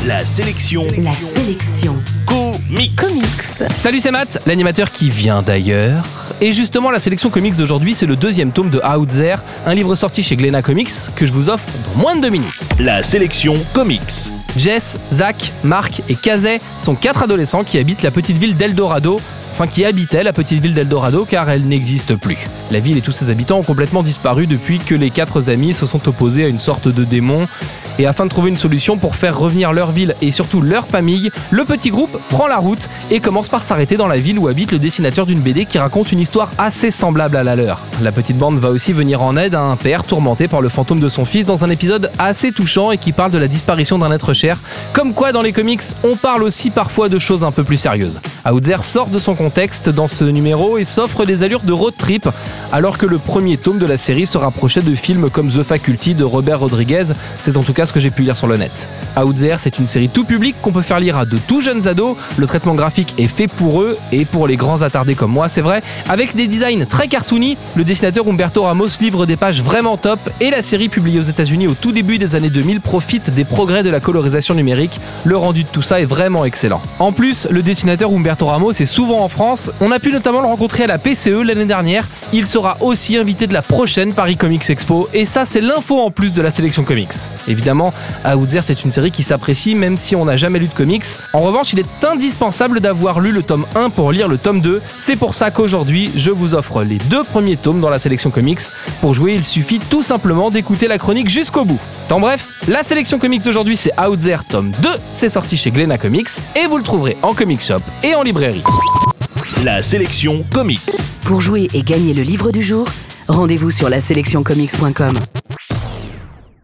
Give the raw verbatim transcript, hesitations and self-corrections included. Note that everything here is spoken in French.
La sélection. La sélection. Comics. Comics. Salut, c'est Matt, l'animateur qui vient d'ailleurs. Et justement, la sélection comics d'aujourd'hui, c'est le deuxième tome de Out There, un livre sorti chez Glénat Comics que je vous offre dans moins de deux minutes. La sélection Comics. Jess, Zach, Mark et Kazay sont quatre adolescents qui habitent la petite ville d'Eldorado. Enfin, qui habitaient la petite ville d'Eldorado car elle n'existe plus. La ville et tous ses habitants ont complètement disparu depuis que les quatre amis se sont opposés à une sorte de démon. Et afin de trouver une solution pour faire revenir leur ville et surtout leur famille, le petit groupe prend la route et commence par s'arrêter dans la ville où habite le dessinateur d'une B D qui raconte une histoire assez semblable à la leur. La petite bande va aussi venir en aide à un père tourmenté par le fantôme de son fils dans un épisode assez touchant et qui parle de la disparition d'un être cher. Comme quoi, dans les comics, on parle aussi parfois de choses un peu plus sérieuses. Out There sort de son contexte dans ce numéro et s'offre des allures de road trip, alors que le premier tome de la série se rapprochait de films comme The Faculty de Robert Rodriguez. C'est en tout cas ce que j'ai pu lire sur le net. Out There, c'est une série tout public qu'on peut faire lire à de tout jeunes ados. Le traitement graphique est fait pour eux et pour les grands attardés comme moi, c'est vrai. Avec des designs très cartoony, le dessinateur Humberto Ramos livre des pages vraiment top et la série publiée aux États-Unis au tout début des années deux mille profite des progrès de la colorisation numérique. Le rendu de tout ça est vraiment excellent. En plus, le dessinateur Humberto Ramos est souvent en France. On a pu notamment le rencontrer à la P C E l'année dernière. Il sera aussi invité de la prochaine Paris Comics Expo et ça, c'est l'info en plus de la sélection comics. Évidemment, Out There, c'est une série qui s'apprécie même si on n'a jamais lu de comics. En revanche, il est indispensable d'avoir lu le tome un pour lire le tome deux. C'est pour ça qu'aujourd'hui, je vous offre les deux premiers tomes dans la sélection comics. Pour jouer, il suffit tout simplement d'écouter la chronique jusqu'au bout. En bref, la sélection comics d'aujourd'hui, c'est Out There tome deux. C'est sorti chez Glénat Comics et vous le trouverez en comic shop et en librairie. La sélection Comics. Pour jouer et gagner le livre du jour, rendez-vous sur la sélection comics point com.